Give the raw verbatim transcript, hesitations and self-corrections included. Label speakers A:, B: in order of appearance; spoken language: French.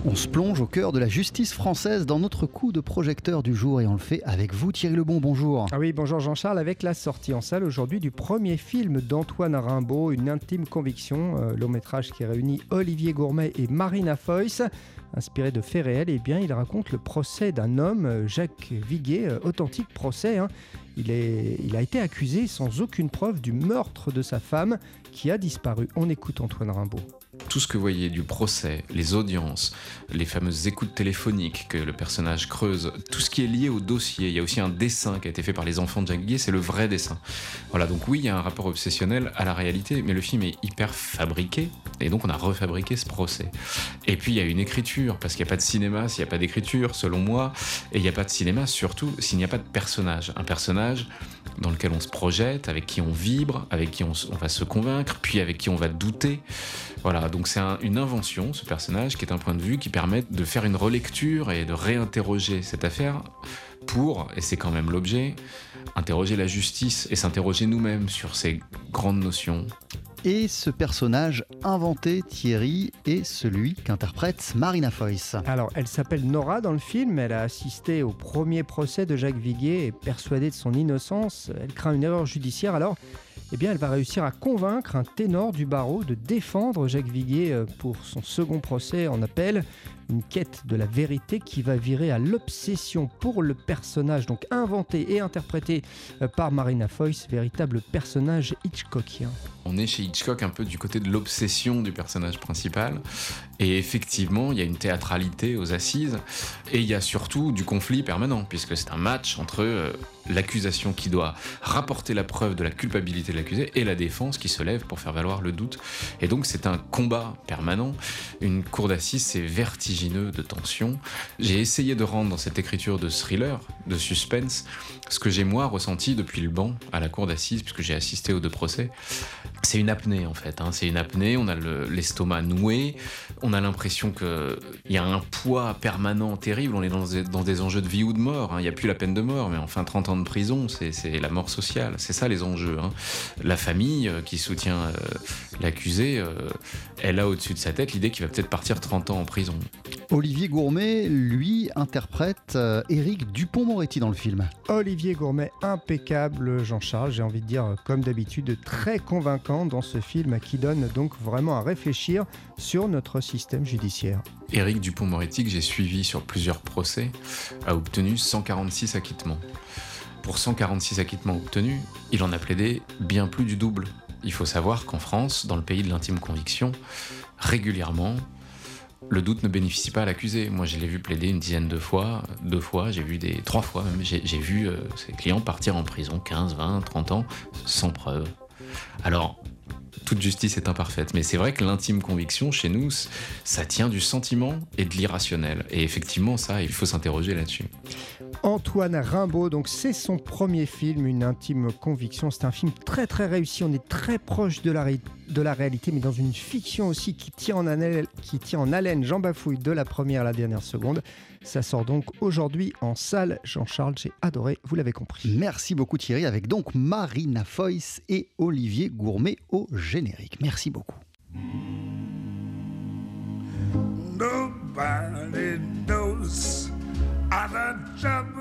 A: On se plonge au cœur de la justice française dans notre coup de projecteur du jour et on le fait avec vous Thierry Lebon, bonjour.
B: Ah oui, bonjour Jean-Charles, avec la sortie en salle aujourd'hui du premier film d'Antoine Rimbaud, Une intime conviction, euh, long métrage qui réunit Olivier Gourmet et Marina Foïs. Inspiré de faits réels, eh bien, il raconte le procès d'un homme, Jacques Viguier, euh, authentique procès. Hein. Il, est, il a été accusé sans aucune preuve du meurtre de sa femme qui a disparu. On écoute Antoine Rimbaud.
C: Tout ce que vous voyez du procès, les audiences, les fameuses écoutes téléphoniques que le personnage creuse, tout ce qui est lié au dossier. Il y a aussi un dessin qui a été fait par les enfants de Jacques Viguier, c'est le vrai dessin. Voilà, donc oui, il y a un rapport obsessionnel à la réalité, mais le film est hyper fabriqué, et donc on a refabriqué ce procès. Et puis il y a une écriture, parce qu'il n'y a pas de cinéma s'il n'y a pas d'écriture, selon moi, et il n'y a pas de cinéma surtout s'il n'y a pas de personnage. Un personnage dans lequel on se projette, avec qui on vibre, avec qui on, on va se convaincre, puis avec qui on va douter. Voilà, donc c'est un, une invention, ce personnage, qui est un point de vue qui permet de faire une relecture et de réinterroger cette affaire pour, et c'est quand même l'objet, interroger la justice et s'interroger nous-mêmes sur ces grandes notions.
A: Et ce personnage inventé, Thierry, est celui qu'interprète Marina Foïs.
B: Alors, elle s'appelle Nora dans le film, elle a assisté au premier procès de Jacques Viguier et persuadée de son innocence, elle craint une erreur judiciaire, alors eh bien, elle va réussir à convaincre un ténor du barreau de défendre Jacques Viguier pour son second procès en appel. Une quête de la vérité qui va virer à l'obsession pour le personnage, donc inventé et interprété par Marina Foïs, véritable personnage hitchcockien.
C: On est chez Hitchcock un peu du côté de l'obsession du personnage principal. Et effectivement, il y a une théâtralité aux assises. Et il y a surtout du conflit permanent, puisque c'est un match entre euh, l'accusation qui doit rapporter la preuve de la culpabilité de l'accusé et la défense qui se lève pour faire valoir le doute. Et donc c'est un combat permanent. Une cour d'assises, c'est vertigineux de tension. J'ai essayé de rendre dans cette écriture de thriller, de suspense, ce que j'ai moi ressenti depuis le banc à la cour d'assises, puisque j'ai assisté aux deux procès. C'est une apnée en fait, hein. C'est une apnée, on a le, l'estomac noué, on a l'impression qu'il y a un poids permanent terrible, on est dans des, dans des enjeux de vie ou de mort, hein. Il n'y a plus la peine de mort, mais enfin trente ans de prison, c'est, c'est la mort sociale, c'est ça les enjeux, hein. La famille euh, qui soutient euh, l'accusé, euh, elle a au-dessus de sa tête l'idée qu'il va peut-être partir trente ans en prison.
A: Olivier Gourmet, lui, interprète euh, Éric Dupond-Moretti dans le film.
B: Olivier Gourmet, impeccable Jean-Charles, j'ai envie de dire comme d'habitude, très convaincant dans ce film qui donne donc vraiment à réfléchir sur notre système judiciaire.
C: Éric Dupond-Moretti, que j'ai suivi sur plusieurs procès, a obtenu cent quarante-six acquittements. Pour cent quarante-six acquittements obtenus, il en a plaidé bien plus du double. Il faut savoir qu'en France, dans le pays de l'intime conviction, régulièrement, le doute ne bénéficie pas à l'accusé. Moi, je l'ai vu plaider une dizaine de fois, deux fois, j'ai vu des... trois fois même, j'ai, j'ai vu euh, ses clients partir en prison quinze, vingt, trente ans, sans preuve. Alors, toute justice est imparfaite, mais c'est vrai que l'intime conviction, chez nous, ça tient du sentiment et de l'irrationnel. Et effectivement, ça, il faut s'interroger là-dessus.
B: Antoine Rimbaud, donc c'est son premier film, Une intime conviction. C'est un film très très réussi, on est très proche de la, ré- de la réalité, mais dans une fiction aussi qui tient en haleine, qui tient en haleine Jean Bafouille de la première à la dernière seconde. Ça sort donc aujourd'hui en salle. Jean-Charles, j'ai adoré, vous l'avez compris.
A: Merci beaucoup Thierry, avec donc Marina Foïs et Olivier Gourmet au générique. Merci beaucoup.
D: Nobody knows how to trouble